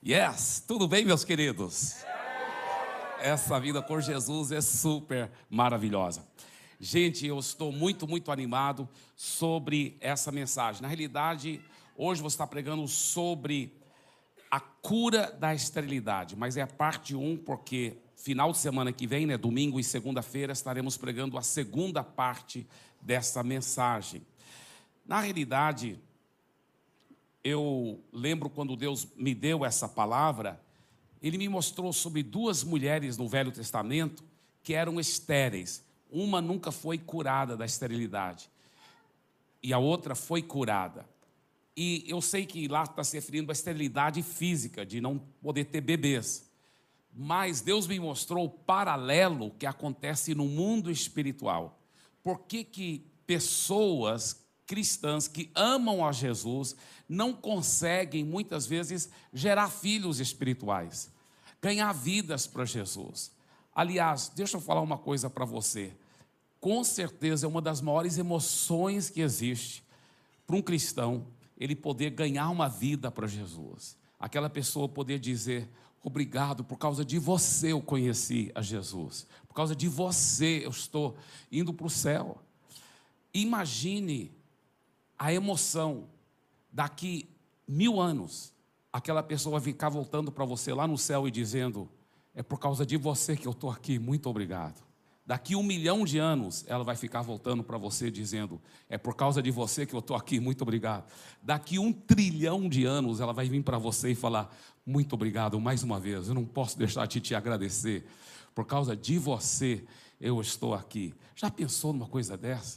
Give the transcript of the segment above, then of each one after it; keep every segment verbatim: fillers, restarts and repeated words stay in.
Yes, tudo bem, meus queridos? Essa vida com Jesus é super maravilhosa. Gente, eu estou muito, muito animado sobre essa mensagem. Na realidade, hoje você está pregando sobre a cura da esterilidade, mas é a parte um, porque final de semana que vem, né, domingo e segunda-feira, estaremos pregando a segunda parte dessa mensagem. Na realidade, eu lembro quando Deus me deu essa palavra, Ele me mostrou sobre duas mulheres no Velho Testamento que eram estéreis. Uma nunca foi curada da esterilidade e a outra foi curada. E eu sei que lá está se referindo à esterilidade física, de não poder ter bebês. Mas Deus me mostrou o paralelo que acontece no mundo espiritual. Por que que pessoas cristãs que amam a Jesus não conseguem, muitas vezes, gerar filhos espirituais, ganhar vidas para Jesus? Aliás, deixa eu falar uma coisa para você. Com certeza é uma das maiores emoções que existe para um cristão, ele poder ganhar uma vida para Jesus. Aquela pessoa poder dizer: obrigado, por causa de você eu conheci a Jesus. Por causa de você eu estou indo para o céu. Imagine a emoção, daqui mil anos, aquela pessoa vai ficar voltando para você lá no céu e dizendo: é por causa de você que eu estou aqui, muito obrigado. Daqui um milhão de anos, ela vai ficar voltando para você dizendo: é por causa de você que eu estou aqui, muito obrigado. Daqui um trilhão de anos, ela vai vir para você e falar: muito obrigado mais uma vez, eu não posso deixar de te agradecer. Por causa de você, eu estou aqui. Já pensou numa coisa dessa?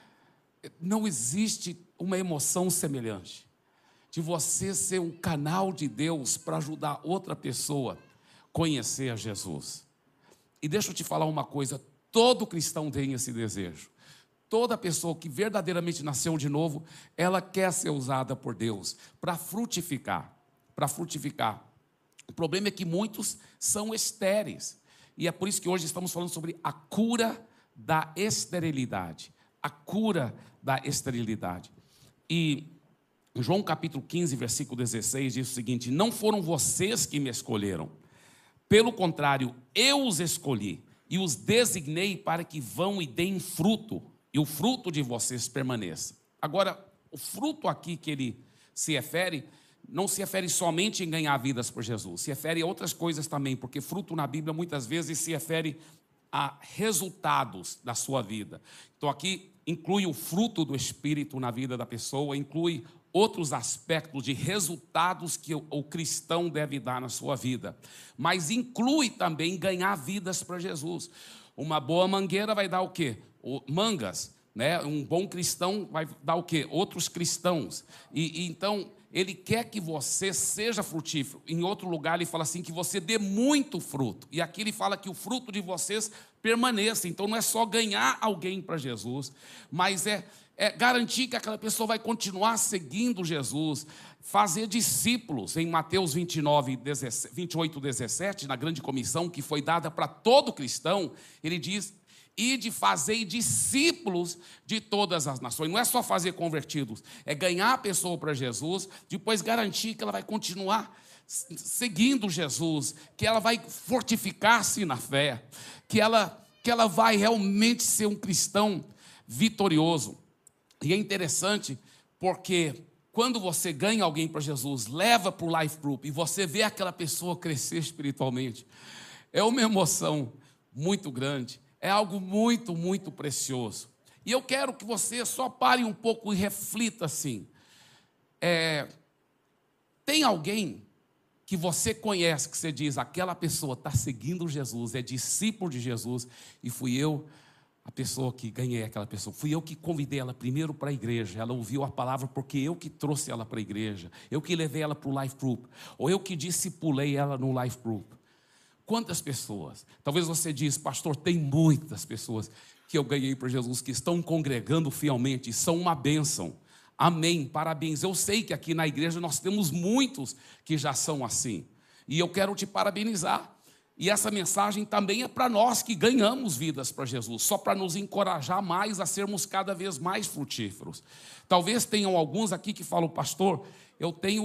Não existe uma emoção semelhante de você ser um canal de Deus para ajudar outra pessoa a conhecer a Jesus. E deixa eu te falar uma coisa, todo cristão tem esse desejo. Toda pessoa que verdadeiramente nasceu de novo, ela quer ser usada por Deus para frutificar, para frutificar. O problema é que muitos são estéreis. E é por isso que hoje estamos falando sobre a cura da esterilidade. A cura da esterilidade. E em João capítulo quinze, versículo dezesseis, diz o seguinte: não foram vocês que me escolheram, pelo contrário, eu os escolhi e os designei para que vão e deem fruto, e o fruto de vocês permaneça. Agora, o fruto aqui que ele se refere, não se refere somente em ganhar vidas por Jesus, se refere a outras coisas também, porque fruto na Bíblia muitas vezes se refere a resultados da sua vida. Então aqui inclui o fruto do Espírito na vida da pessoa, inclui outros aspectos de resultados que o, o cristão deve dar na sua vida, mas inclui também ganhar vidas para Jesus. Uma boa mangueira vai dar o quê? O, mangas, né? Um bom cristão vai dar o quê? Outros cristãos. E, e então ele quer que você seja frutífero. Em outro lugar ele fala assim, que você dê muito fruto. E aqui ele fala que o fruto de vocês permaneça. Então não é só ganhar alguém para Jesus, mas é, é garantir que aquela pessoa vai continuar seguindo Jesus, fazer discípulos. Em Mateus vinte e nove, vinte e oito, dezessete, na grande comissão que foi dada para todo cristão, ele diz: e de fazer discípulos de todas as nações. Não é só fazer convertidos, é ganhar a pessoa para Jesus, depois garantir que ela vai continuar seguindo Jesus, que ela vai fortificar-se na fé, que ela, que ela vai realmente ser um cristão vitorioso. E é interessante porque quando você ganha alguém para Jesus, leva para o Life Group e você vê aquela pessoa crescer espiritualmente, é uma emoção muito grande. É algo muito, muito precioso. E eu quero que você só pare um pouco e reflita assim. É, tem alguém que você conhece, que você diz: aquela pessoa está seguindo Jesus, é discípulo de Jesus, e fui eu a pessoa que ganhei aquela pessoa. Fui eu que convidei ela primeiro para a igreja. Ela ouviu a palavra porque eu que trouxe ela para a igreja. Eu que levei ela para o Life Group. Ou eu que discipulei ela no Life Group. Quantas pessoas? Talvez você diz: pastor, tem muitas pessoas que eu ganhei para Jesus, que estão congregando fielmente, e são uma bênção. Amém, parabéns. Eu sei que aqui na igreja nós temos muitos que já são assim, e eu quero te parabenizar. E essa mensagem também é para nós que ganhamos vidas para Jesus, só para nos encorajar mais a sermos cada vez mais frutíferos. Talvez tenham alguns aqui que falam: pastor, eu tenho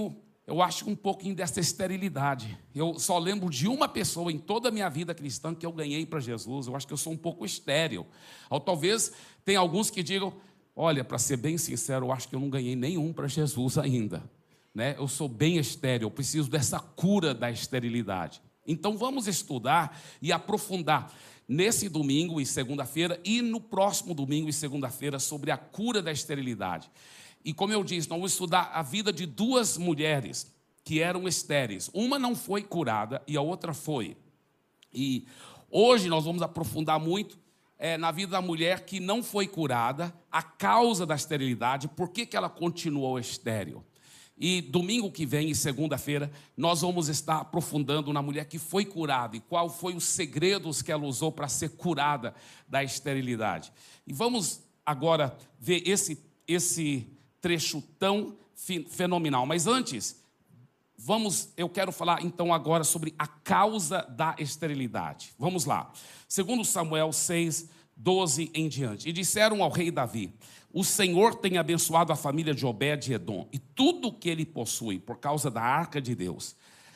eu acho um pouquinho dessa esterilidade. Eu só lembro de uma pessoa em toda a minha vida cristã que eu ganhei para Jesus. Eu acho que eu sou um pouco estéril. Ou talvez tem alguns que digam, olha, para ser bem sincero, eu acho que eu não ganhei nenhum para Jesus ainda. Né? Eu sou bem estéril, eu preciso dessa cura da esterilidade. Então vamos estudar e aprofundar nesse domingo e segunda-feira e no próximo domingo e segunda-feira sobre a cura da esterilidade. E como eu disse, nós vamos estudar a vida de duas mulheres que eram estéreis. Uma não foi curada e a outra foi. E hoje nós vamos aprofundar muito é, na vida da mulher que não foi curada, a causa da esterilidade, por que que ela continuou estéril. E domingo que vem e segunda-feira nós vamos estar aprofundando na mulher que foi curada e qual foi os segredos que ela usou para ser curada da esterilidade. E vamos agora ver esse, esse trecho tão fenomenal. Mas antes, vamos, eu quero falar então agora sobre a causa da esterilidade. Vamos lá. Segundo Samuel seis, doze em diante. E disseram ao rei Davi, o Senhor tem abençoado a família de Obed-Edom e tudo o que ele possui por causa da arca de Deus.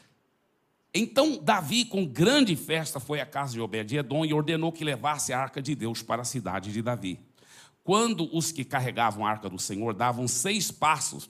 Então Davi, com grande festa, foi à casa de Obed-Edom e ordenou que levasse a arca de Deus para a cidade de Davi. Quando os que carregavam a arca do Senhor davam seis passos,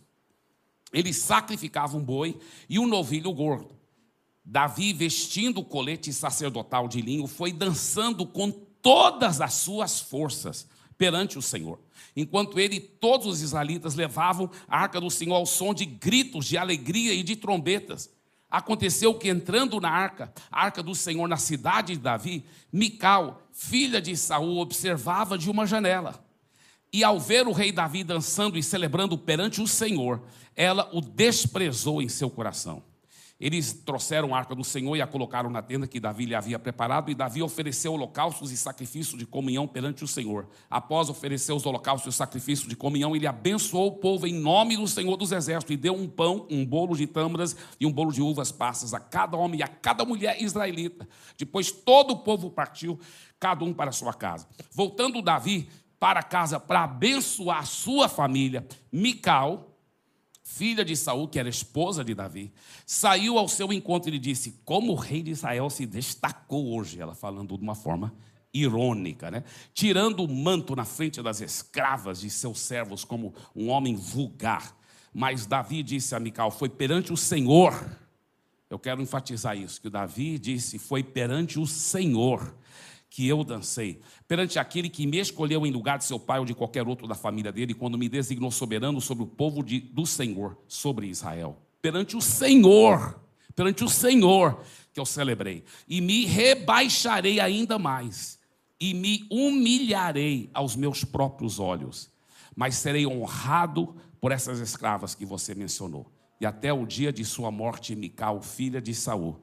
eles sacrificavam um boi e um novilho gordo. Davi, vestindo o colete sacerdotal de linho, foi dançando com todas as suas forças perante o Senhor, enquanto ele e todos os israelitas levavam a arca do Senhor ao som de gritos de alegria e de trombetas. Aconteceu que, entrando na arca, a arca do Senhor na cidade de Davi, Mical, filha de Saul, observava de uma janela. E ao ver o rei Davi dançando e celebrando perante o Senhor, ela o desprezou em seu coração. Eles trouxeram a arca do Senhor e a colocaram na tenda que Davi lhe havia preparado, e Davi ofereceu holocaustos e sacrifícios de comunhão perante o Senhor. Após oferecer os holocaustos e sacrifícios de comunhão, ele abençoou o povo em nome do Senhor dos Exércitos, e deu um pão, um bolo de tâmaras e um bolo de uvas passas a cada homem e a cada mulher israelita. Depois todo o povo partiu, cada um para a sua casa. Voltando Davi para casa para abençoar a sua família, Mical, filha de Saul, que era esposa de Davi, saiu ao seu encontro e lhe disse, como o rei de Israel se destacou hoje, ela falando de uma forma irônica, né? Tirando o manto na frente das escravas de seus servos como um homem vulgar. Mas Davi disse a Mical, foi perante o Senhor, eu quero enfatizar isso, que o Davi disse, foi perante o Senhor que eu dancei, perante aquele que me escolheu em lugar de seu pai ou de qualquer outro da família dele, quando me designou soberano sobre o povo de, do Senhor, sobre Israel. Perante o Senhor, perante o Senhor que eu celebrei. E me rebaixarei ainda mais, e me humilharei aos meus próprios olhos, mas serei honrado por essas escravas que você mencionou. E até o dia de sua morte, Mical, filha de Saul,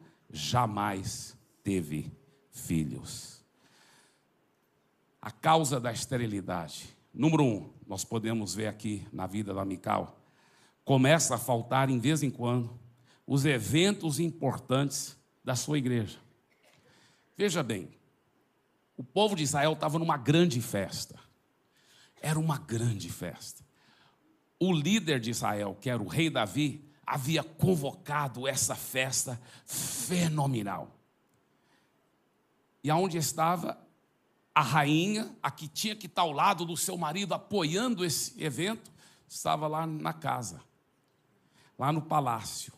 jamais teve filhos. A causa da esterilidade. Número um, nós podemos ver aqui na vida da Mical, começa a faltar, em vez em quando, os eventos importantes da sua igreja. Veja bem, o povo de Israel estava numa grande festa. Era uma grande festa. O líder de Israel, que era o rei Davi, havia convocado essa festa fenomenal. E aonde estava a rainha, a que tinha que estar ao lado do seu marido apoiando esse evento, estava lá na casa, lá no palácio.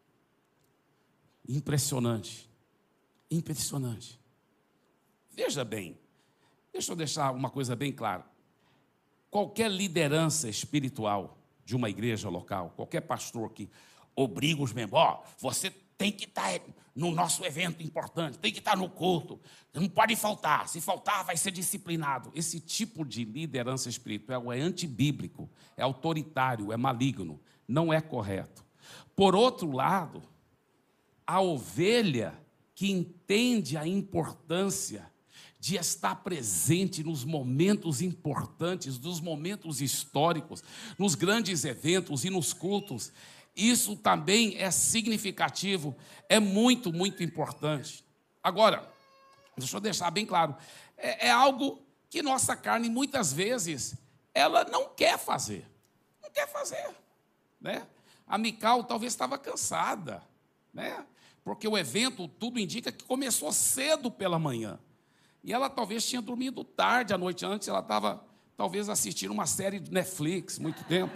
Impressionante, impressionante. Veja bem, deixa eu deixar uma coisa bem clara. Qualquer liderança espiritual de uma igreja local, qualquer pastor que obriga os membros, ó, você tem que estar no nosso evento importante, tem que estar no culto, não pode faltar, se faltar vai ser disciplinado. Esse tipo de liderança espiritual é antibíblico, é autoritário, é maligno, não é correto. Por outro lado, a ovelha que entende a importância de estar presente nos momentos importantes, nos momentos históricos, nos grandes eventos e nos cultos, isso também é significativo, é muito, muito importante. Agora, deixa eu deixar bem claro, é, é algo que nossa carne, muitas vezes, ela não quer fazer. Não quer fazer, né? A Mical talvez estava cansada, né? Porque o evento, tudo indica que começou cedo pela manhã. E ela talvez tinha dormido tarde, a noite antes, ela estava talvez assistindo uma série de Netflix, muito tempo.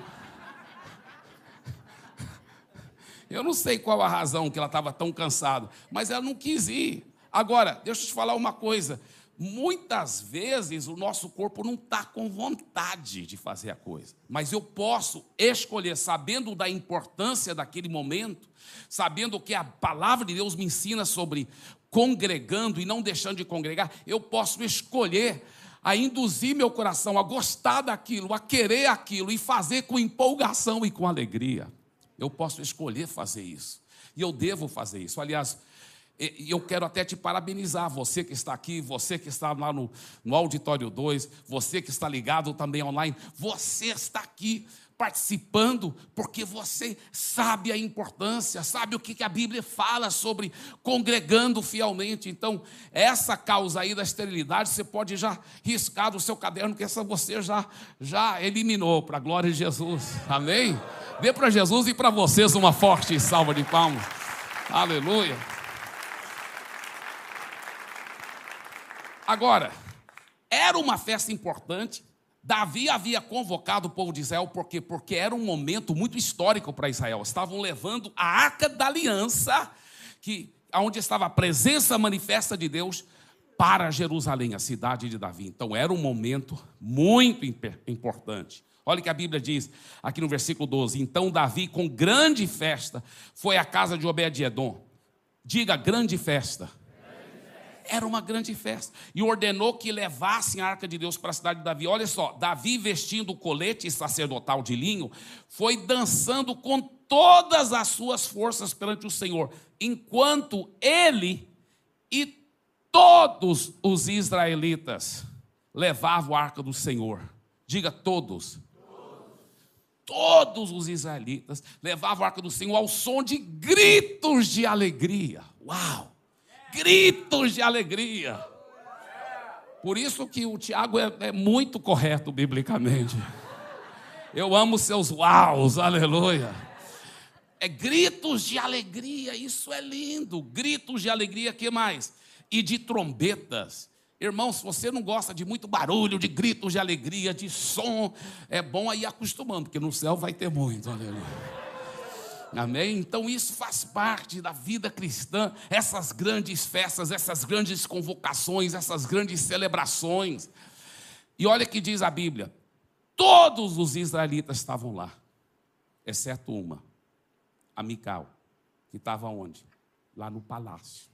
Eu não sei qual a razão que ela estava tão cansada, mas ela não quis ir. Agora, deixa eu te falar uma coisa. Muitas vezes o nosso corpo não está com vontade de fazer a coisa, mas eu posso escolher, sabendo da importância daquele momento, sabendo que a palavra de Deus me ensina sobre congregando e não deixando de congregar, eu posso escolher a induzir meu coração a gostar daquilo, a querer aquilo e fazer com empolgação e com alegria. Eu posso escolher fazer isso, e eu devo fazer isso. Aliás, e eu quero até te parabenizar, você que está aqui, você que está lá no, no Auditório dois, você que está ligado também online, você está aqui participando, porque você sabe a importância, sabe o que a Bíblia fala sobre congregando fielmente. Então, essa causa aí da esterilidade, você pode já riscar do seu caderno, que essa você já, já eliminou, para a glória de Jesus, amém? Dê para Jesus e para vocês uma forte salva de palmas, aleluia. Agora, era uma festa importante. Davi havia convocado o povo de Israel, por quê? Porque era um momento muito histórico para Israel. Estavam levando a Arca da Aliança, que, onde estava a presença manifesta de Deus, para Jerusalém, a cidade de Davi. Então era um momento muito importante. Olha o que a Bíblia diz aqui no versículo doze. Então Davi, com grande festa, foi à casa de Obed-edom. Diga, grande festa. Era uma grande festa. E ordenou que levassem a arca de Deus para a cidade de Davi. Olha só, Davi, vestindo o colete sacerdotal de linho, foi dançando com todas as suas forças perante o Senhor, enquanto ele e todos os israelitas levavam a arca do Senhor. Diga, todos. Todos os israelitas levavam a arca do Senhor ao som de gritos de alegria. Uau! Gritos de alegria. Por isso que o Tiago é, é muito correto biblicamente. Eu amo seus uaus, aleluia. É gritos de alegria, isso é lindo. Gritos de alegria, que mais? E de trombetas. Irmão, se você não gosta de muito barulho, de gritos de alegria, de som, é bom aí acostumando, porque no céu vai ter muito, aleluia. Amém? Então isso faz parte da vida cristã, essas grandes festas, essas grandes convocações, essas grandes celebrações. E olha que diz a Bíblia, todos os israelitas estavam lá, exceto uma, a Mical, que estava onde? Lá no palácio.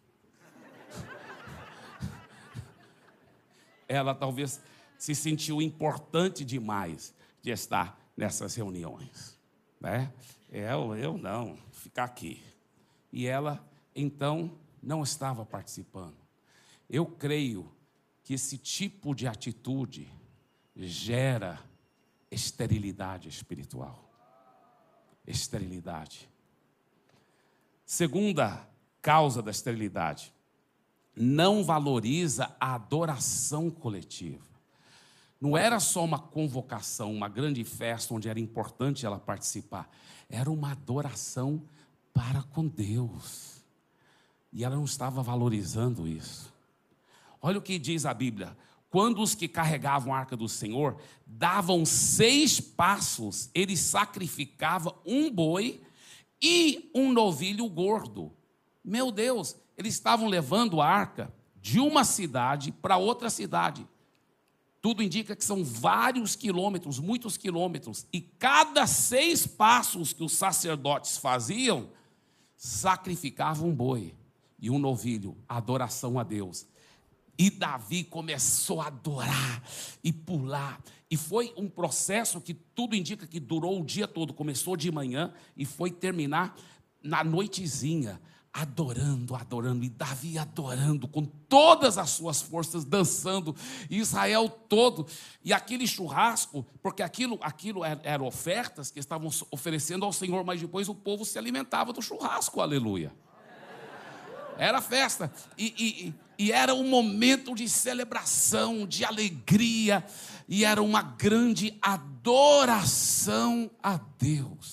Ela talvez se sentiu importante demais de estar nessas reuniões, né? Eu, eu não, ficar aqui. E ela, então, não estava participando. Eu creio que esse tipo de atitude gera esterilidade espiritual. Esterilidade. Segunda causa da esterilidade, não valoriza a adoração coletiva. Não era só uma convocação, uma grande festa onde era importante ela participar. Era uma adoração para com Deus. E ela não estava valorizando isso. Olha o que diz a Bíblia. Quando os que carregavam a arca do Senhor davam seis passos, eles sacrificavam um boi e um novilho gordo. Meu Deus, eles estavam levando a arca de uma cidade para outra cidade. Tudo indica que são vários quilômetros, muitos quilômetros. E cada seis passos que os sacerdotes faziam, sacrificavam um boi e um novilho, adoração a Deus. E Davi começou a adorar e pular. E foi um processo que tudo indica que durou o dia todo. Começou de manhã e foi terminar na noitezinha. Adorando, adorando, e Davi adorando com todas as suas forças, dançando, e Israel todo, e aquele churrasco, porque aquilo, aquilo eram ofertas que estavam oferecendo ao Senhor, mas depois o povo se alimentava do churrasco, aleluia. Era festa, e, e, e era um momento de celebração, de alegria, e era uma grande adoração a Deus.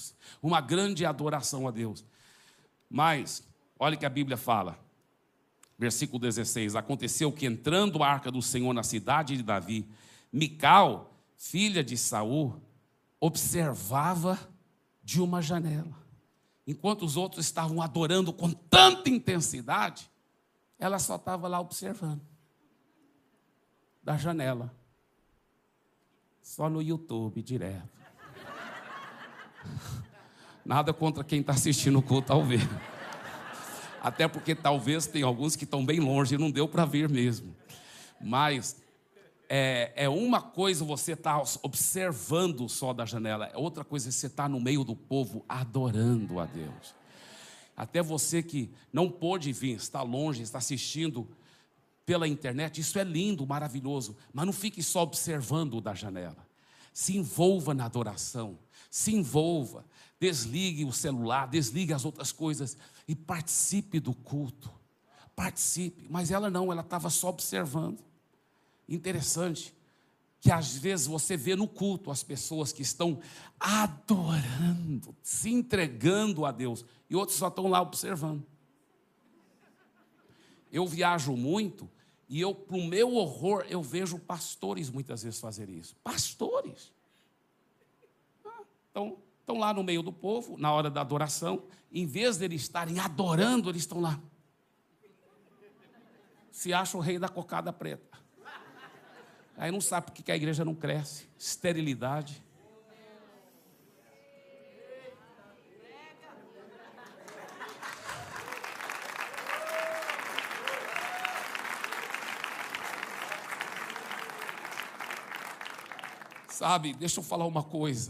uma grande adoração a Deus. Mas, olha o que a Bíblia fala, versículo dezesseis, aconteceu que entrando a arca do Senhor na cidade de Davi, Mical, filha de Saul, observava de uma janela. Enquanto os outros estavam adorando com tanta intensidade, ela só estava lá observando, da janela, só no YouTube, direto. Nada contra quem está assistindo o culto ao vivo. Até porque talvez tem alguns que estão bem longe e não deu para ver mesmo. Mas é, é uma coisa você estar tá observando só da janela, é outra coisa você estar tá no meio do povo adorando a Deus. Até você que não pôde vir, está longe, está assistindo pela internet, isso é lindo, maravilhoso, mas não fique só observando da janela. Se envolva na adoração, se envolva, desligue o celular, desligue as outras coisas e participe do culto. Participe, mas ela não, ela estava só observando. Interessante que às vezes você vê no culto as pessoas que estão adorando, se entregando a Deus, e outros só estão lá observando. Eu viajo muito e eu, para o meu horror, eu vejo pastores muitas vezes fazer isso. Pastores. Ah, então, estão lá no meio do povo, na hora da adoração, em vez de eles estarem adorando, eles estão lá. Se acha o rei da cocada preta. Aí não sabe por que a igreja não cresce. Esterilidade. Sabe, deixa eu falar uma coisa.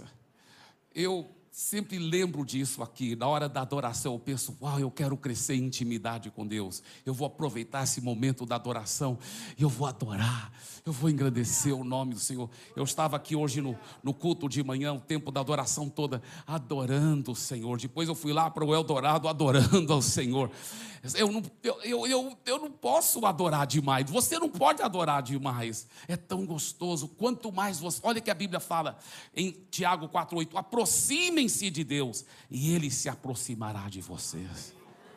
Eu sempre lembro disso aqui, na hora da adoração eu penso, uau, eu quero crescer em intimidade com Deus, eu vou aproveitar esse momento da adoração, e eu vou adorar, eu vou engrandecer o nome do Senhor. Eu estava aqui hoje no, no culto de manhã, o tempo da adoração toda, adorando o Senhor, depois eu fui lá para o Eldorado, adorando ao Senhor. Eu não, eu, eu, eu, eu não posso adorar demais, você não pode adorar demais, é tão gostoso, quanto mais você, olha que a Bíblia fala em Tiago quatro, oito, aproximem-se de Deus, e Ele se aproximará de vocês.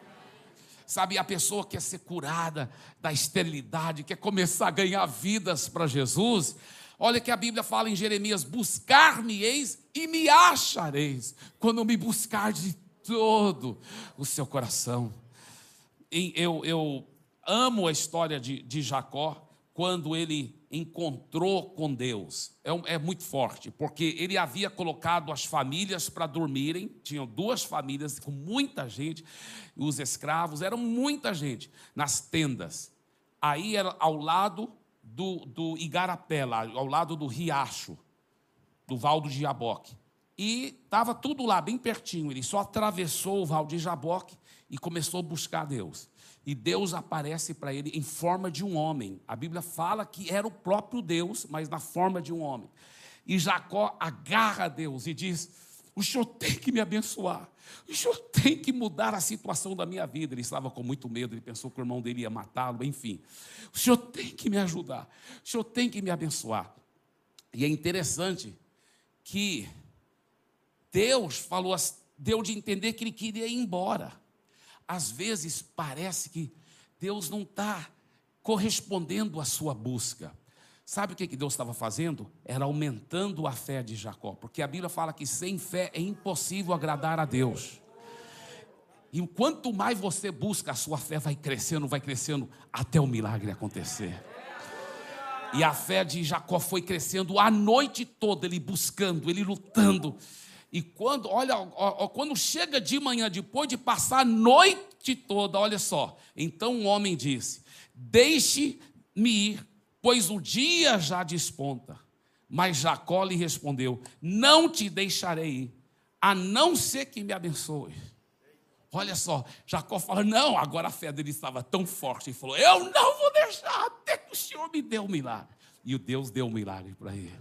Sabe, a pessoa quer ser curada da esterilidade, quer começar a ganhar vidas para Jesus, olha que a Bíblia fala em Jeremias, buscar-me-eis e me achareis, quando me buscar de todo o seu coração. Eu, eu amo a história de, de Jacó, quando ele encontrou com Deus. É, é muito forte, porque ele havia colocado as famílias para dormirem, tinham duas famílias com muita gente, os escravos, eram muita gente, nas tendas. Aí era ao lado do, do Igarapé, lá, ao lado do riacho, do Val do Jaboque. E estava tudo lá, bem pertinho, ele só atravessou o Val de Jaboque e começou a buscar Deus. E Deus aparece para ele em forma de um homem. A Bíblia fala que era o próprio Deus, mas na forma de um homem. E Jacó agarra a Deus e diz, o Senhor tem que me abençoar. O Senhor tem que mudar a situação da minha vida. Ele estava com muito medo, ele pensou que o irmão dele ia matá-lo, enfim. O Senhor tem que me ajudar. O Senhor tem que me abençoar. E é interessante que Deus falou, deu de entender que ele queria ir embora. Às vezes parece que Deus não está correspondendo à sua busca. Sabe o que Deus estava fazendo? Era aumentando a fé de Jacó, porque a Bíblia fala que sem fé é impossível agradar a Deus. E quanto mais você busca, a sua fé vai crescendo, vai crescendo, até o milagre acontecer. E a fé de Jacó foi crescendo a noite toda, ele buscando, ele lutando. E quando, olha, ó, ó, quando chega de manhã, depois de passar a noite toda, olha só. Então o homem disse, deixe-me ir, pois o dia já desponta. Mas Jacó lhe respondeu, não te deixarei ir, a não ser que me abençoe. Olha só, Jacó fala, não, agora a fé dele estava tão forte, ele falou, eu não vou deixar, até que o Senhor me dê um milagre. E o Deus deu um milagre para ele.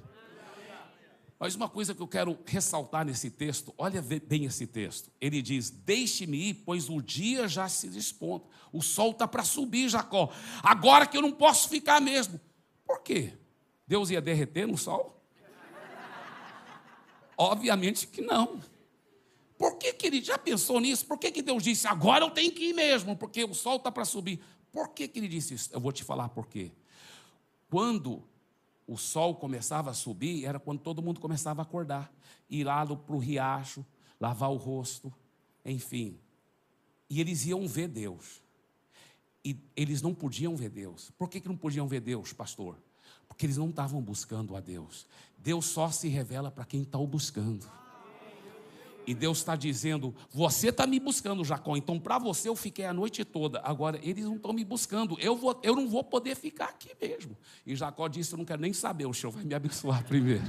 Mas uma coisa que eu quero ressaltar nesse texto, olha bem esse texto. Ele diz, deixe-me ir, pois o dia já se desponta. O sol está para subir, Jacó. Agora que eu não posso ficar mesmo. Por quê? Deus ia derreter no sol? Obviamente que não. Por que que ele já pensou nisso? Por que que Deus disse, agora eu tenho que ir mesmo, porque o sol está para subir? Por que que ele disse isso? Eu vou te falar por quê. Quando o sol começava a subir, era quando todo mundo começava a acordar, ir lá para o riacho, lavar o rosto, enfim. E eles iam ver Deus. E eles não podiam ver Deus. Por que que não podiam ver Deus, pastor? Porque eles não estavam buscando a Deus. Deus só se revela para quem está o buscando. E Deus está dizendo, você está me buscando, Jacó, então para você eu fiquei a noite toda. Agora, eles não estão me buscando, eu, vou, eu não vou poder ficar aqui mesmo. E Jacó disse, eu não quero nem saber, o Senhor vai me abençoar primeiro.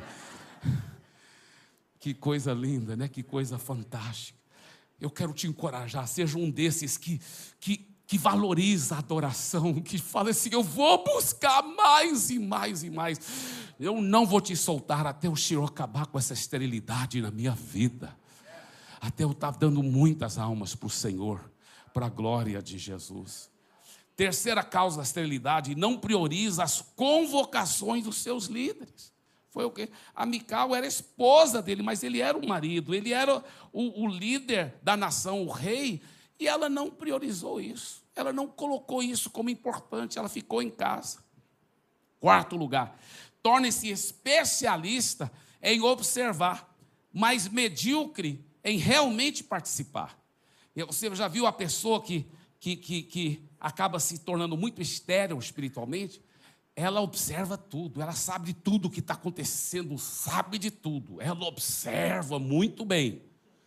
Que coisa linda, né? Que coisa fantástica. Eu quero te encorajar, seja um desses que, que, que valoriza a adoração, que fala assim, eu vou buscar mais e mais e mais. Eu não vou te soltar até o Senhor acabar com essa esterilidade na minha vida. Até eu estar dando muitas almas para o Senhor, para a glória de Jesus. Terceira causa da esterilidade, não prioriza as convocações dos seus líderes. Foi o quê? A Mical era esposa dele, mas ele era o marido, ele era o, o líder da nação, o rei, e ela não priorizou isso. Ela não colocou isso como importante, ela ficou em casa. Quarto lugar, torne-se especialista em observar, mas medíocre em realmente participar. Você já viu a pessoa que, que, que, que acaba se tornando muito estéril espiritualmente? Ela observa tudo, ela sabe de tudo o que está acontecendo, sabe de tudo. Ela observa muito bem,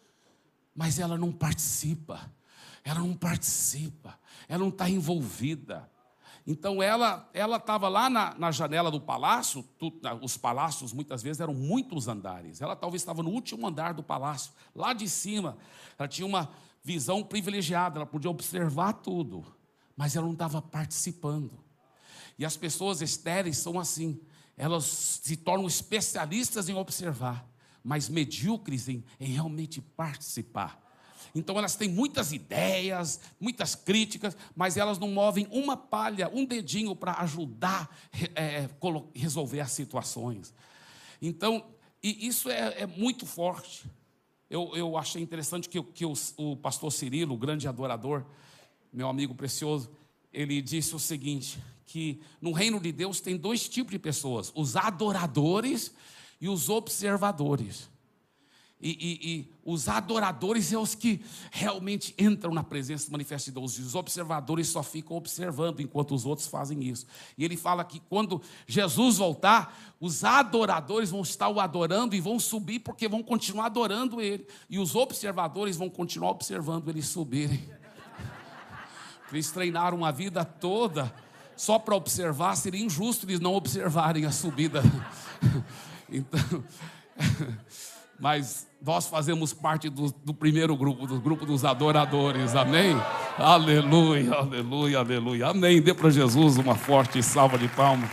mas ela não participa. Ela não participa, ela não está envolvida. Então, ela ela estava lá na, na janela do palácio, tu, os palácios muitas vezes eram muitos andares. Ela talvez estava no último andar do palácio, lá de cima. Ela tinha uma visão privilegiada, ela podia observar tudo, mas ela não estava participando. E as pessoas estéreis são assim, elas se tornam especialistas em observar, mas medíocres em, em realmente participar. Então elas têm muitas ideias, muitas críticas, mas elas não movem uma palha, um dedinho para ajudar a é, resolver as situações. Então, e isso é, é muito forte. Eu, eu achei interessante que, que o, o pastor Cirilo, o grande adorador, meu amigo precioso, ele disse o seguinte, que no reino de Deus tem dois tipos de pessoas, os adoradores e os observadores. E, e, e os adoradores são os que realmente entram na presença do manifesto de Deus. E os observadores só ficam observando enquanto os outros fazem isso. E ele fala que quando Jesus voltar, os adoradores vão estar o adorando e vão subir porque vão continuar adorando ele. E os observadores vão continuar observando eles subirem. Eles treinaram a vida toda só para observar, seria injusto eles não observarem a subida. Então... Mas nós fazemos parte do, do primeiro grupo, do grupo dos adoradores, amém? Aleluia, aleluia, aleluia, amém. Dê para Jesus uma forte salva de palmas.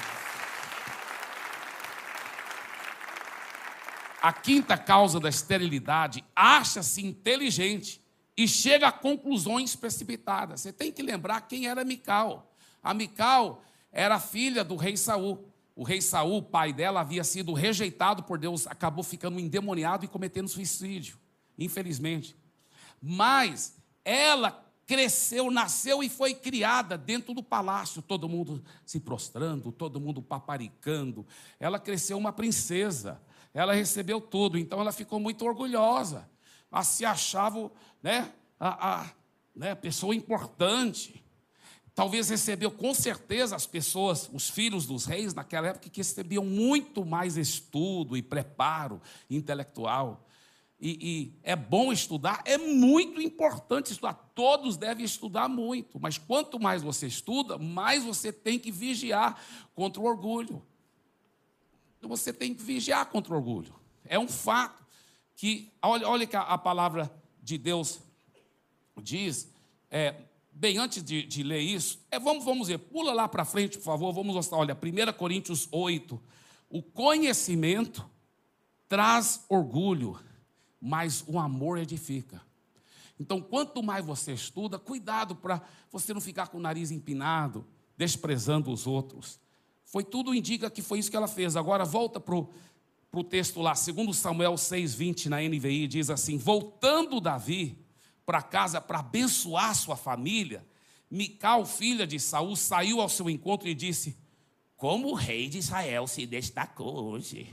A quinta causa da esterilidade, acha-se inteligente e chega a conclusões precipitadas. Você tem que lembrar quem era Mical. A Mical era filha do rei Saul. O rei Saul, pai dela, havia sido rejeitado por Deus, acabou ficando endemoniado e cometendo suicídio, infelizmente. Mas ela cresceu, nasceu e foi criada dentro do palácio, todo mundo se prostrando, todo mundo paparicando. Ela cresceu uma princesa, ela recebeu tudo, então ela ficou muito orgulhosa. Ela se achava, né, a, a né, pessoa importante. Talvez recebeu, com certeza, as pessoas, os filhos dos reis, naquela época, que recebiam muito mais estudo e preparo intelectual. E, e é bom estudar, é muito importante estudar. Todos devem estudar muito, mas quanto mais você estuda, mais você tem que vigiar contra o orgulho. Você tem que vigiar contra o orgulho. É um fato que, olha, olha que a, a palavra de Deus diz... É, Bem, antes de, de ler isso, é, vamos, vamos ver, pula lá para frente, por favor, vamos mostrar, olha, primeira Coríntios oito, o conhecimento traz orgulho, mas o amor edifica. Então, quanto mais você estuda, cuidado para você não ficar com o nariz empinado, desprezando os outros. Foi tudo indica que foi isso que ela fez. Agora, volta para para o texto lá, segundo Samuel seis, vinte, na N V I, diz assim: voltando Davi para casa para abençoar sua família, Mical, filha de Saul, saiu ao seu encontro e disse: como o rei de Israel se destacou hoje,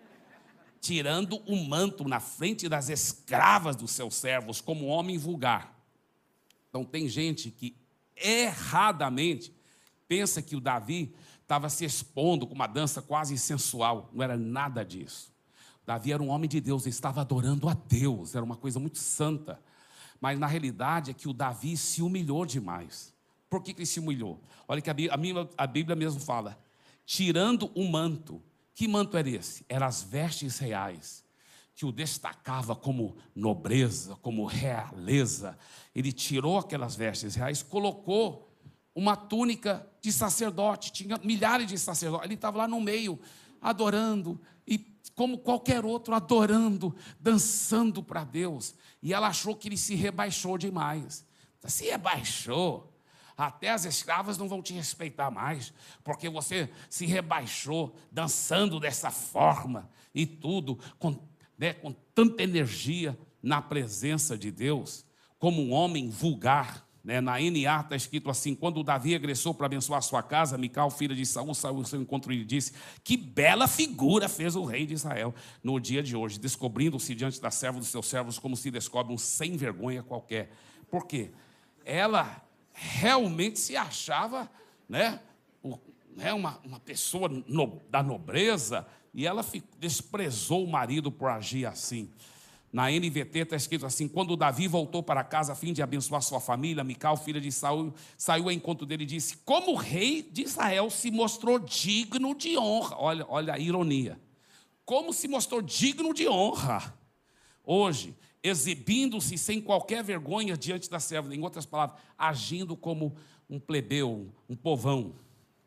tirando o manto na frente das escravas dos seus servos, como homem vulgar. Então tem gente que erradamente pensa que o Davi estava se expondo com uma dança quase sensual. Não era nada disso. Davi era um homem de Deus, ele estava adorando a Deus, era uma coisa muito santa. Mas na realidade é que o Davi se humilhou demais. Por que, que ele se humilhou? Olha que a Bíblia, a Bíblia mesmo fala: tirando o manto. Que manto era esse? Eram as vestes reais, que o destacava como nobreza, como realeza. Ele tirou aquelas vestes reais, colocou uma túnica de sacerdote. Tinha milhares de sacerdotes. Ele estava lá no meio, adorando, e como qualquer outro, adorando, dançando para Deus. E ela achou que ele se rebaixou demais. Se rebaixou, até as escravas não vão te respeitar mais, porque você se rebaixou, dançando dessa forma, e tudo, com, né, com tanta energia na presença de Deus, como um homem vulgar. Né? Na N A está escrito assim: quando Davi regressou para abençoar a sua casa, Mical, filha de Saul, saiu ao seu encontro e lhe disse: que bela figura fez o rei de Israel no dia de hoje, descobrindo-se diante da serva dos seus servos como se descobre um sem vergonha qualquer. Por quê? Ela realmente se achava, né, o, né uma, uma pessoa no, da nobreza, e ela fico, desprezou o marido por agir assim. Na N V T está escrito assim: quando Davi voltou para casa a fim de abençoar sua família, Mical, filha de Saul, saiu ao encontro dele e disse: como o rei de Israel se mostrou digno de honra. Olha, olha a ironia. Como se mostrou digno de honra hoje, exibindo-se sem qualquer vergonha diante da serva. Em outras palavras, agindo como um plebeu, um povão.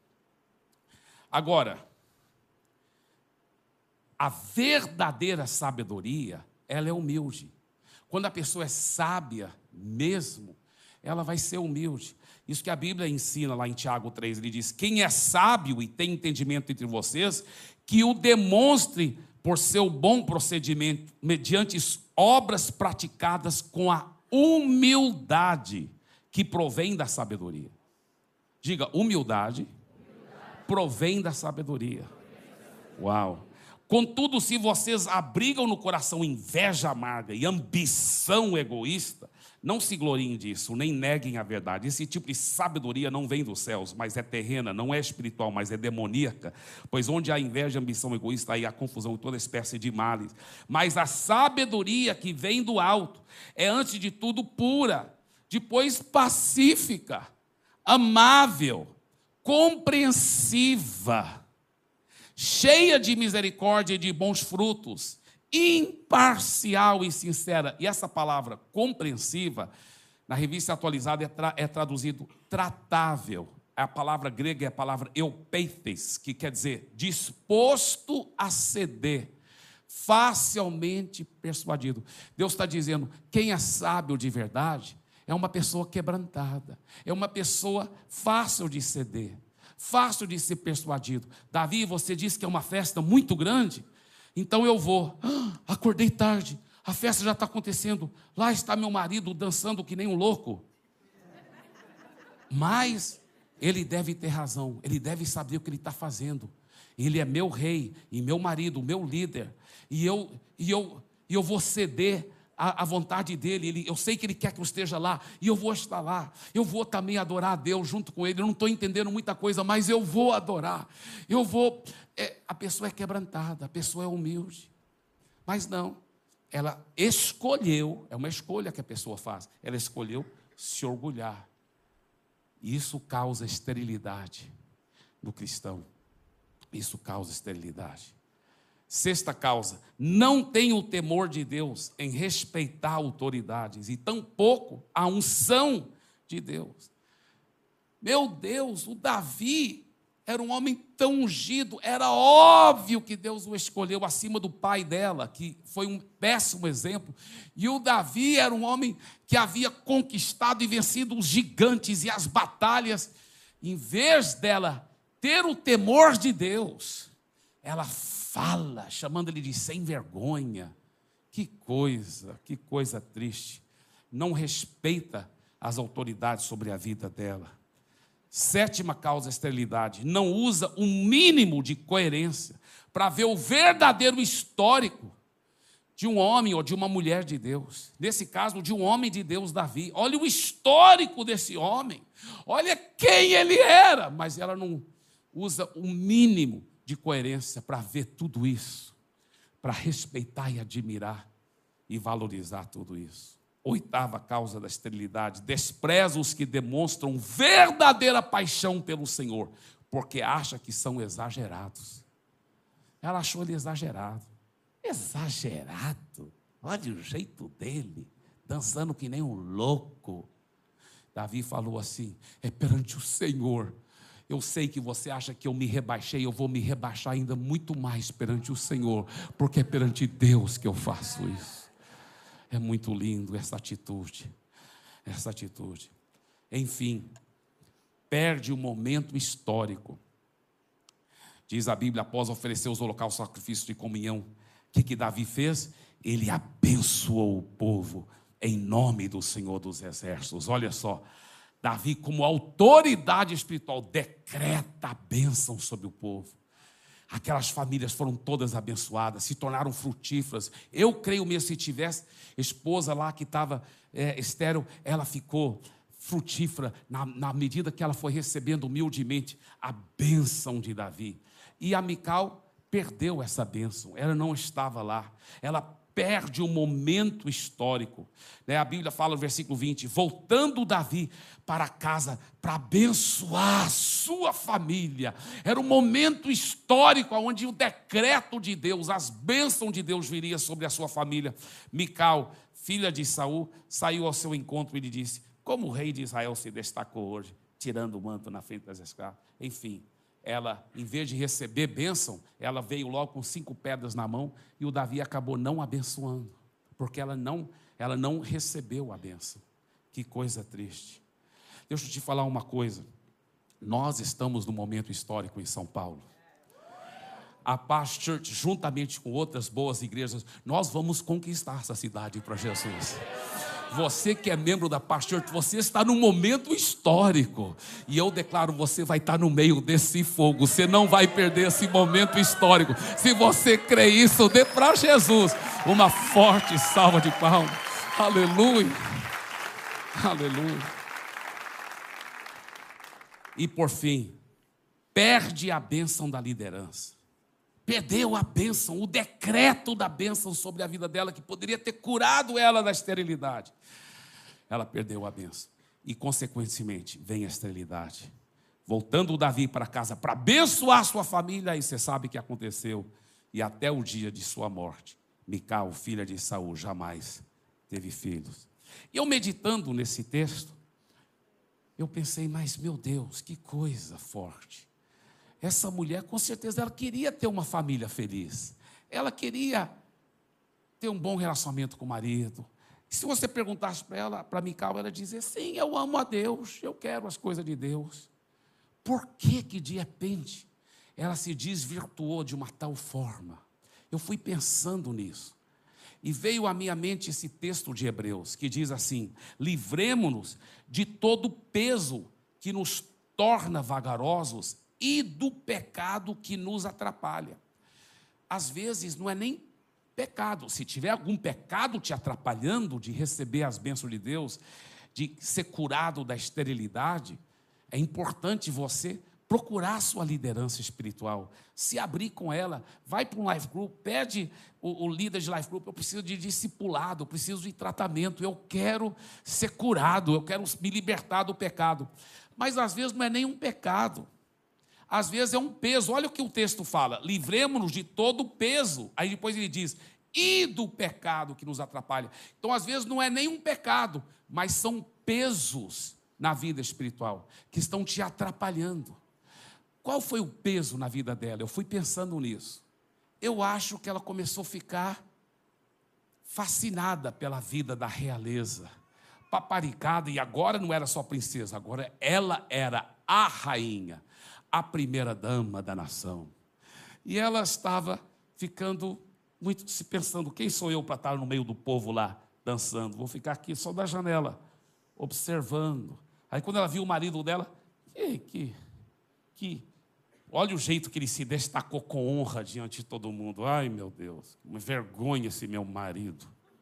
Agora, a verdadeira sabedoria, ela é humilde. Quando a pessoa é sábia mesmo, ela vai ser humilde. Isso que a Bíblia ensina lá em Tiago três, ele diz: quem é sábio e tem entendimento entre vocês, que o demonstre por seu bom procedimento, mediante obras praticadas com a humildade que provém da sabedoria. Diga: humildade, humildade. Provém da sabedoria. Uau! Contudo, se vocês abrigam no coração inveja amarga e ambição egoísta, não se gloriem disso, nem neguem a verdade. Esse tipo de sabedoria não vem dos céus, mas é terrena, não é espiritual, mas é demoníaca. Pois onde há inveja, ambição egoísta, aí há confusão e toda espécie de males. Mas a sabedoria que vem do alto é, antes de tudo, pura, depois pacífica, amável, compreensiva, cheia de misericórdia e de bons frutos, imparcial e sincera. E essa palavra compreensiva, na Revista Atualizada, é, tra é traduzido tratável. A palavra grega é a palavra eupeites, que quer dizer disposto a ceder, facilmente persuadido. Deus está dizendo: quem é sábio de verdade é uma pessoa quebrantada, é uma pessoa fácil de ceder, fácil de ser persuadido. Davi, você disse que é uma festa muito grande, então eu vou. Ah, acordei tarde, a festa já está acontecendo, lá está meu marido dançando que nem um louco. Mas ele deve ter razão, ele deve saber o que ele está fazendo. Ele é meu rei e meu marido, meu líder, e eu, e eu, e eu vou ceder a, a vontade dele. Ele, eu sei que ele quer que eu esteja lá, e eu vou estar lá. Eu vou também adorar a Deus junto com ele. Eu não estou entendendo muita coisa, mas eu vou adorar. Eu vou. É, a pessoa é quebrantada, a pessoa é humilde. Mas não, ela escolheu, é uma escolha que a pessoa faz, ela escolheu se orgulhar. Isso causa esterilidade no cristão. Isso causa esterilidade. Sexta causa: não tem o temor de Deus em respeitar autoridades, e tampouco a unção de Deus. Meu Deus, o Davi era um homem tão ungido, era óbvio que Deus o escolheu acima do pai dela, que foi um péssimo exemplo. E o Davi era um homem que havia conquistado e vencido os gigantes e as batalhas. Em vez dela ter o temor de Deus, ela fala, chamando ele de sem vergonha. Que coisa, que coisa triste. Não respeita as autoridades sobre a vida dela. Sétima causa, a esterilidade. Não usa o mínimo de coerência para ver o verdadeiro histórico de um homem ou de uma mulher de Deus. Nesse caso, de um homem de Deus, Davi. Olha o histórico desse homem. Olha quem ele era. Mas ela não usa o mínimo de coerência para ver tudo isso, para respeitar e admirar e valorizar tudo isso. Oitava causa da esterilidade: despreza os que demonstram verdadeira paixão pelo Senhor, porque acha que são exagerados. Ela achou ele exagerado. Exagerado? Olha o jeito dele, dançando que nem um louco. Davi falou assim: é perante o Senhor. Eu sei que você acha que eu me rebaixei, eu vou me rebaixar ainda muito mais perante o Senhor, porque é perante Deus que eu faço isso. É muito lindo essa atitude, essa atitude. Enfim, perde o momento histórico. Diz a Bíblia, após oferecer os holocaustos, sacrifícios de comunhão, o que, que Davi fez? Ele abençoou o povo em nome do Senhor dos Exércitos. Olha só, Davi, como autoridade espiritual, decreta a bênção sobre o povo. Aquelas famílias foram todas abençoadas, se tornaram frutíferas. Eu creio mesmo, se tivesse esposa lá que estava é, estéril, ela ficou frutífera na, na medida que ela foi recebendo humildemente a bênção de Davi. E a Mical perdeu essa bênção, ela não estava lá, ela perde o momento histórico. A Bíblia fala no versículo vinte, voltando Davi para casa para abençoar a sua família. Era um momento histórico onde o decreto de Deus, as bênçãos de Deus viria sobre a sua família. Mical, filha de Saul, saiu ao seu encontro e lhe disse: como o rei de Israel se destacou hoje, tirando o manto na frente das escravas. Enfim, ela, em vez de receber bênção, ela veio logo com cinco pedras na mão e o Davi acabou não abençoando, porque ela não, ela não recebeu a bênção. Que coisa triste. Deixa eu te falar uma coisa. Nós estamos num momento histórico em São Paulo. A Paz Church, juntamente com outras boas igrejas, nós vamos conquistar essa cidade para Jesus. Você que é membro da Paz Church, você está num momento histórico. E eu declaro, você vai estar no meio desse fogo. Você não vai perder esse momento histórico. Se você crê isso, dê para Jesus uma forte salva de palmas. Aleluia. Aleluia. E por fim, perde a bênção da liderança. Perdeu a bênção, o decreto da bênção sobre a vida dela, que poderia ter curado ela da esterilidade. Ela perdeu a bênção. E, consequentemente, vem a esterilidade. Voltando o Davi para casa para abençoar sua família, aí você sabe o que aconteceu. E até o dia de sua morte, Mical, filha de Saul, jamais teve filhos. E eu meditando nesse texto, eu pensei, mas meu Deus, que coisa forte. Essa mulher, com certeza, ela queria ter uma família feliz. Ela queria ter um bom relacionamento com o marido. E se você perguntasse para ela, para Mical, ela dizia, sim, eu amo a Deus, eu quero as coisas de Deus. Por que que, de repente, ela se desvirtuou de uma tal forma? Eu fui pensando nisso. E veio à minha mente esse texto de Hebreus, que diz assim, livremo-nos de todo peso que nos torna vagarosos e do pecado que nos atrapalha. Às vezes não é nem pecado. Se tiver algum pecado te atrapalhando de receber as bênçãos de Deus, de ser curado da esterilidade, é importante você procurar a sua liderança espiritual, se abrir com ela, vai para um life group, pede o, o líder de life group, eu preciso de discipulado, eu preciso de tratamento, eu quero ser curado, eu quero me libertar do pecado. Mas às vezes não é nem um pecado. Às vezes é um peso. Olha o que o texto fala, livremos-nos de todo o peso. Aí depois ele diz, e do pecado que nos atrapalha. Então às vezes não é nem um pecado, mas são pesos na vida espiritual, que estão te atrapalhando. Qual foi o peso na vida dela? Eu fui pensando nisso. Eu acho que ela começou a ficar fascinada pela vida da realeza, paparicada, e agora não era só princesa, agora ela era a rainha, a primeira dama da nação. E ela estava ficando muito se pensando, quem sou eu para estar no meio do povo lá, dançando? Vou ficar aqui só da janela, observando. Aí quando ela viu o marido dela, que, que, que, olha o jeito que ele se destacou com honra diante de todo mundo. Ai, meu Deus, uma vergonha esse meu marido.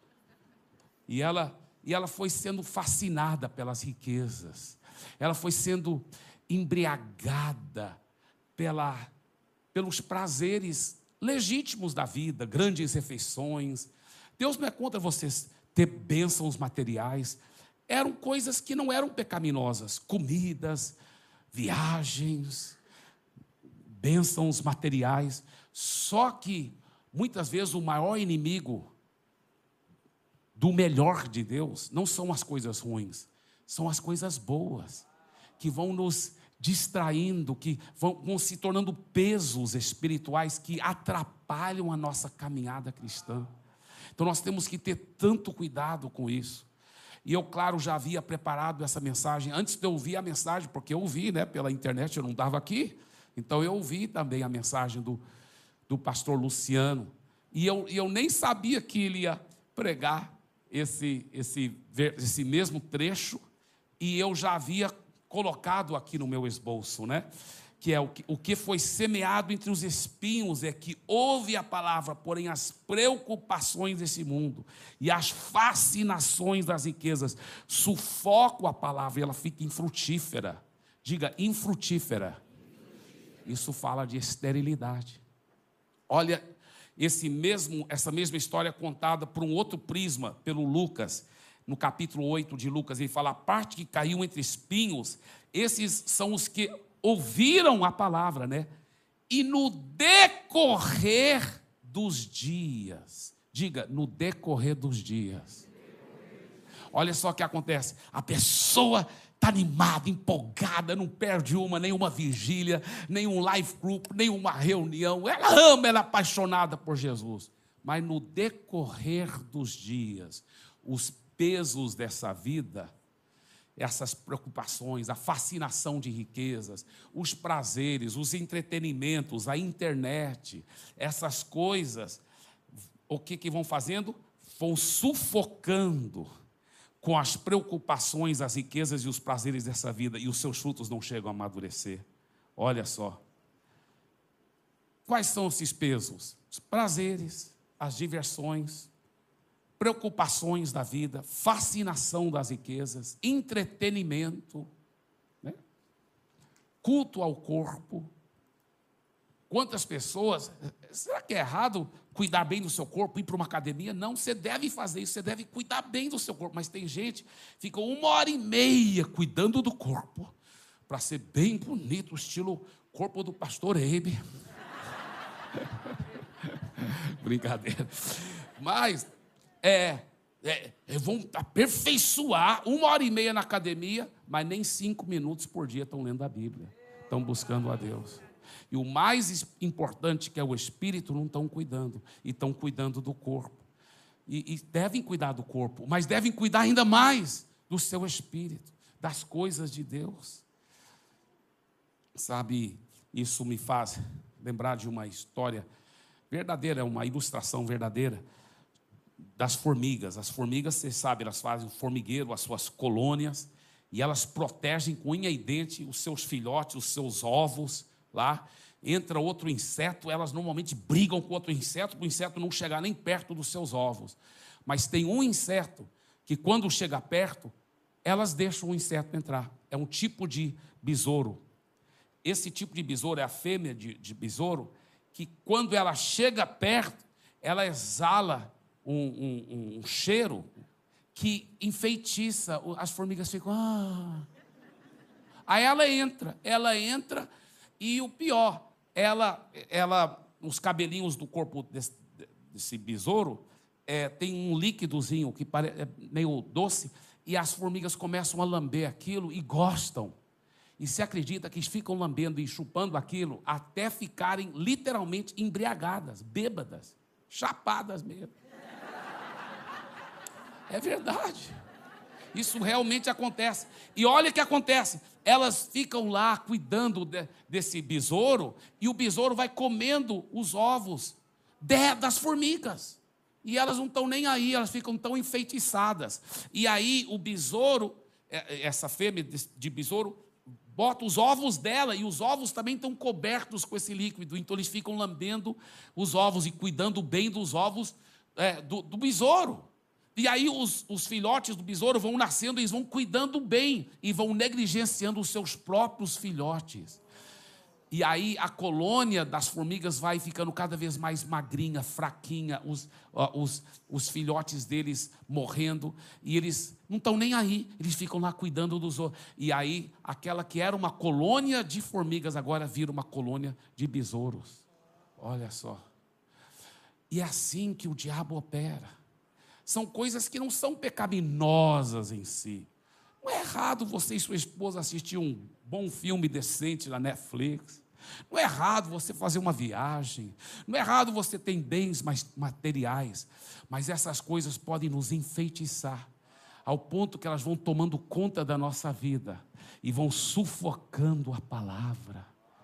E ela, e ela foi sendo fascinada pelas riquezas. Ela foi sendo embriagada pela, pelos prazeres legítimos da vida, grandes refeições. Deus não é contra vocês ter bênçãos materiais. Eram coisas que não eram pecaminosas. Comidas, viagens, bênçãos materiais. Só que, muitas vezes, o maior inimigo do melhor de Deus não são as coisas ruins, são as coisas boas, que vão nos distraindo, que vão, vão se tornando pesos espirituais que atrapalham a nossa caminhada cristã. Então nós temos que ter tanto cuidado com isso. E eu, claro, já havia preparado essa mensagem antes de eu ouvir a mensagem, porque eu ouvi, né, pela internet, eu não estava aqui, então eu ouvi também a mensagem do, do pastor Luciano, e eu, e eu nem sabia que ele ia pregar esse, esse, esse mesmo trecho, e eu já havia colocado aqui no meu esboço, né? Que é o que, o que foi semeado entre os espinhos é que ouve a palavra, porém as preocupações desse mundo e as fascinações das riquezas sufocam a palavra e ela fica infrutífera. Diga, infrutífera. Isso fala de esterilidade. Olha, esse mesmo, essa mesma história contada por um outro prisma, pelo Lucas. No capítulo oito de Lucas, ele fala, a parte que caiu entre espinhos, esses são os que ouviram a palavra, né? E no decorrer dos dias, diga, no decorrer dos dias. Olha só o que acontece, a pessoa está animada, empolgada, não perde uma, nenhuma vigília, nenhum life group, nenhuma reunião, ela ama, ela é apaixonada por Jesus. Mas no decorrer dos dias, os pesos dessa vida, essas preocupações, a fascinação de riquezas, os prazeres, os entretenimentos, a internet, essas coisas, o que, que vão fazendo? Vão sufocando com as preocupações, as riquezas e os prazeres dessa vida, e os seus frutos não chegam a amadurecer. Olha só. Quais são esses pesos? Os prazeres, as diversões, preocupações da vida, fascinação das riquezas, entretenimento, né? Culto ao corpo. Quantas pessoas, será que é errado cuidar bem do seu corpo, ir para uma academia? Não, você deve fazer isso, você deve cuidar bem do seu corpo, mas tem gente que fica uma hora e meia cuidando do corpo, para ser bem bonito, estilo corpo do pastor Eibe. Brincadeira. Mas É, é, vão aperfeiçoar uma hora e meia na academia, mas nem cinco minutos por dia estão lendo a Bíblia, estão buscando a Deus. E o mais importante, que é o Espírito, não estão cuidando, e estão cuidando do corpo. E, e devem cuidar do corpo, mas devem cuidar ainda mais do seu Espírito, das coisas de Deus. Sabe, isso me faz lembrar de uma história verdadeira, uma ilustração verdadeira, das formigas. As formigas, você sabe, elas fazem o formigueiro, as suas colônias, e elas protegem com unha e dente os seus filhotes, os seus ovos lá. Entra outro inseto, elas normalmente brigam com outro inseto, para o inseto não chegar nem perto dos seus ovos. Mas tem um inseto que, quando chega perto, elas deixam o inseto entrar. É um tipo de besouro. Esse tipo de besouro é a fêmea de, de besouro, que quando ela chega perto, ela exala Um, um, um cheiro que enfeitiça, as formigas ficam, ah. Aí ela entra, ela entra, e o pior, ela, ela os cabelinhos do corpo desse, desse besouro, é, tem um líquidozinho que parece, é meio doce, e as formigas começam a lamber aquilo e gostam. E se acredita que ficam lambendo e chupando aquilo até ficarem literalmente embriagadas, bêbadas, chapadas mesmo. É verdade. Isso realmente acontece. E olha o que acontece. elas ficam lá cuidando de, desse besouro, e o besouro vai comendo os ovos de, das formigas. E elas não estão nem aí, elas ficam tão enfeitiçadas. E aí o besouro, essa fêmea de besouro, bota os ovos dela, e os ovos também estão cobertos com esse líquido. Então eles ficam lambendo os ovos e cuidando bem dos ovos é, do, do besouro. E aí os, os filhotes do besouro vão nascendo, e eles vão cuidando bem e vão negligenciando os seus próprios filhotes. E aí a colônia das formigas vai ficando cada vez mais magrinha, fraquinha, os, os, os filhotes deles morrendo, e eles não estão nem aí, eles ficam lá cuidando dos outros. E aí aquela que era uma colônia de formigas agora vira uma colônia de besouros. Olha só. E é assim que o diabo opera. São coisas que não são pecaminosas em si. Não é errado você e sua esposa assistir um bom filme decente na Netflix. Não é errado você fazer uma viagem. Não é errado você ter bens materiais. Mas essas coisas podem nos enfeitiçar, ao ponto que elas vão tomando conta da nossa vida e vão sufocando a palavra.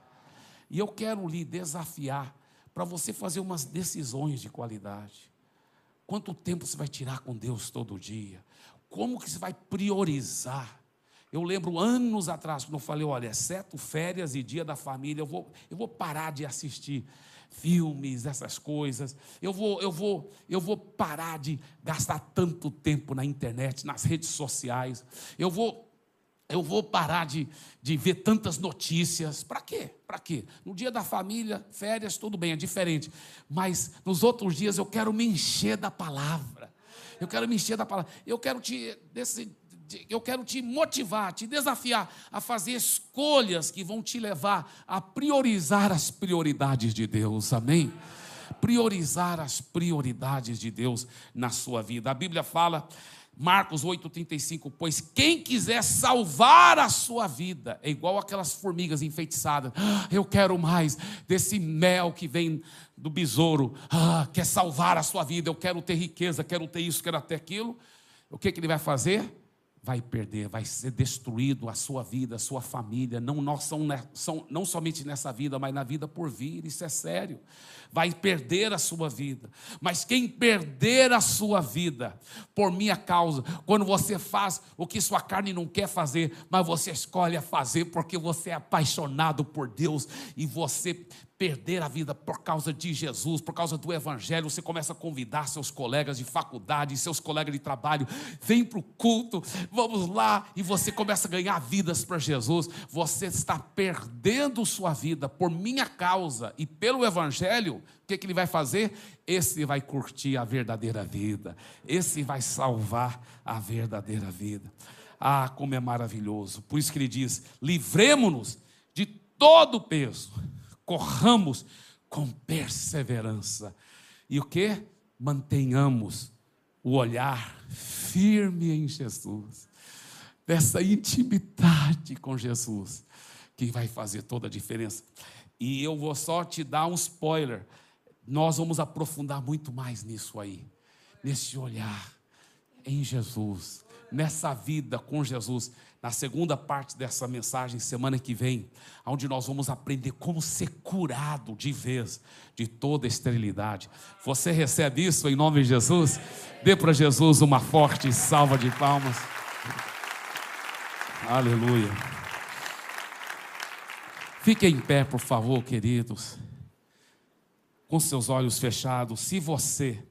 E eu quero lhe desafiar para você fazer umas decisões de qualidade. Quanto tempo você vai tirar com Deus todo dia? Como que você vai priorizar? Eu lembro anos atrás, quando eu falei, olha, exceto férias e dia da família, eu vou, eu vou parar de assistir filmes, essas coisas. Eu vou, eu vou, eu vou parar de gastar tanto tempo na internet, nas redes sociais. Eu vou, eu vou parar de, de ver tantas notícias. Para quê? Para quê? No dia da família, férias, tudo bem, é diferente. Mas nos outros dias eu quero me encher da palavra. Eu quero me encher da palavra. Eu quero te... Desse, Eu quero te motivar, te desafiar a fazer escolhas que vão te levar a priorizar as prioridades de Deus, amém? Priorizar as prioridades de Deus na sua vida. A Bíblia fala, Marcos oito, trinta e cinco, pois quem quiser salvar a sua vida, é igual aquelas formigas enfeitiçadas, ah, eu quero mais desse mel que vem do besouro, ah, quer salvar a sua vida, eu quero ter riqueza, quero ter isso, quero ter aquilo. O que, que ele vai fazer? Vai perder, vai ser destruído a sua vida, a sua família, não, nós são, são, não somente nessa vida, mas na vida por vir, isso é sério. Vai perder a sua vida. Mas quem perder a sua vida por minha causa, quando você faz o que sua carne não quer fazer, mas você escolhe a fazer porque você é apaixonado por Deus, e você perder a vida por causa de Jesus, por causa do Evangelho, você começa a convidar seus colegas de faculdade, seus colegas de trabalho, vem para o culto, vamos lá, e você começa a ganhar vidas para Jesus. Você está perdendo sua vida por minha causa e pelo Evangelho. O que, que ele vai fazer? Esse vai curtir a verdadeira vida, esse vai salvar a verdadeira vida. Ah, como é maravilhoso. Por isso que ele diz, livremo-nos de todo o peso, corramos com perseverança. E o que? Mantenhamos o olhar firme em Jesus. Dessa intimidade com Jesus, que vai fazer toda a diferença. E eu vou só te dar um spoiler. Nós vamos aprofundar muito mais nisso aí. Nesse olhar em Jesus, nessa vida com Jesus. Na segunda parte dessa mensagem, semana que vem, onde nós vamos aprender como ser curado de vez de toda esterilidade. Você recebe isso em nome de Jesus? Dê para Jesus uma forte salva de palmas. Aleluia. Fiquem em pé, por favor, queridos, com seus olhos fechados. Se você,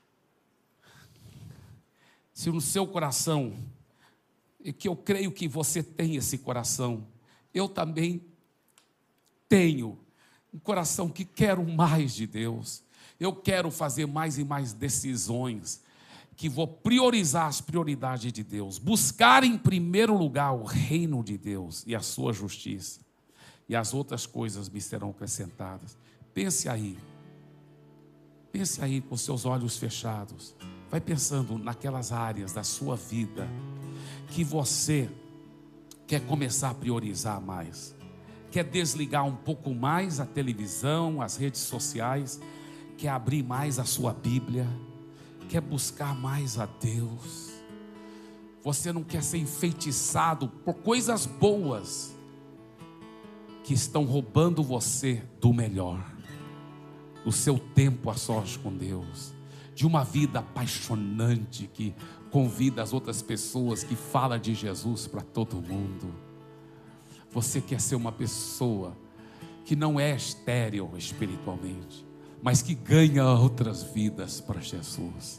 se no seu coração, e que eu creio que você tem esse coração, eu também tenho um coração que quero mais de Deus, eu quero fazer mais e mais decisões, que vou priorizar as prioridades de Deus, buscar em primeiro lugar o reino de Deus e a sua justiça, e as outras coisas me serão acrescentadas. Pense aí, pense aí com seus olhos fechados, vai pensando naquelas áreas da sua vida que você quer começar a priorizar mais, quer desligar um pouco mais a televisão, as redes sociais, quer abrir mais a sua Bíblia, quer buscar mais a Deus. Você não quer ser enfeitiçado por coisas boas que estão roubando você do melhor, do seu tempo a sós com Deus, de uma vida apaixonante que convida as outras pessoas, que fala de Jesus para todo mundo. Você quer ser uma pessoa que não é estéril espiritualmente, mas que ganha outras vidas para Jesus.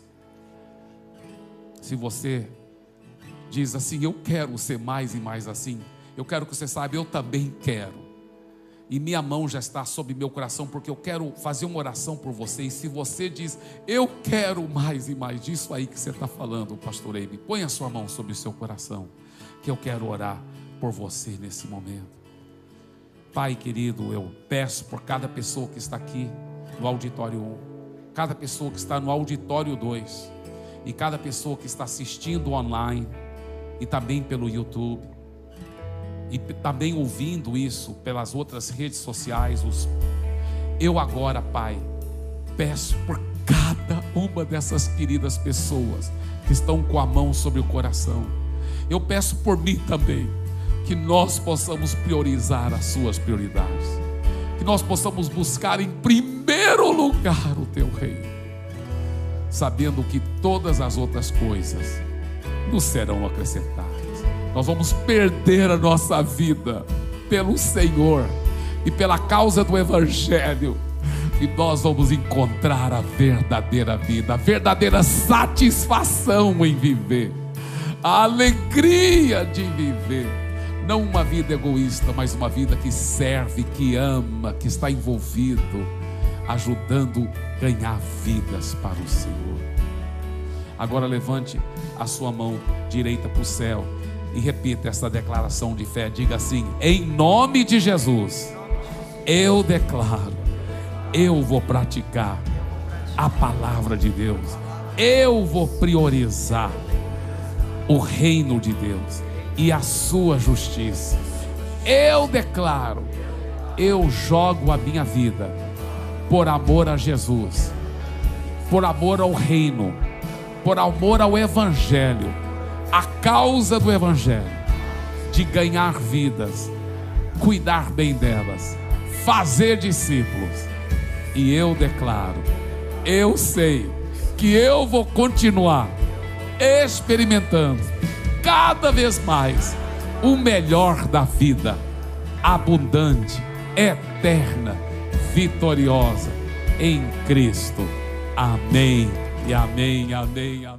Se você diz assim, eu quero ser mais e mais assim, eu quero que você saiba, eu também quero. E minha mão já está sobre meu coração, porque eu quero fazer uma oração por você. E se você diz, eu quero mais e mais disso aí que você está falando, pastor Eibe, põe a sua mão sobre o seu coração, que eu quero orar por você nesse momento. Pai querido, eu peço por cada pessoa que está aqui no auditório um, cada pessoa que está no auditório dois, e cada pessoa que está assistindo online, e também pelo YouTube, e também ouvindo isso pelas outras redes sociais. Os... Eu agora, Pai, peço por cada uma dessas queridas pessoas que estão com a mão sobre o coração. Eu peço por mim também, que nós possamos priorizar as suas prioridades, que nós possamos buscar em primeiro lugar o teu reino, sabendo que todas as outras coisas nos serão acrescentadas. Nós vamos perder a nossa vida pelo Senhor e pela causa do Evangelho, e nós vamos encontrar a verdadeira vida, a verdadeira satisfação em viver, a alegria de viver, não uma vida egoísta, mas uma vida que serve, que ama, que está envolvido, ajudando a ganhar vidas para o Senhor. Agora levante a sua mão direita para o céu e repita essa declaração de fé. Diga assim: em nome de Jesus, eu declaro, eu vou praticar a palavra de Deus, eu vou priorizar o reino de Deus e a sua justiça. Eu declaro, eu jogo a minha vida por amor a Jesus, por amor ao reino, por amor ao Evangelho, a causa do Evangelho, de ganhar vidas, cuidar bem delas, fazer discípulos. E eu declaro, eu sei que eu vou continuar experimentando cada vez mais o melhor da vida, abundante, eterna, vitoriosa em Cristo. Amém e amém, amém, amém.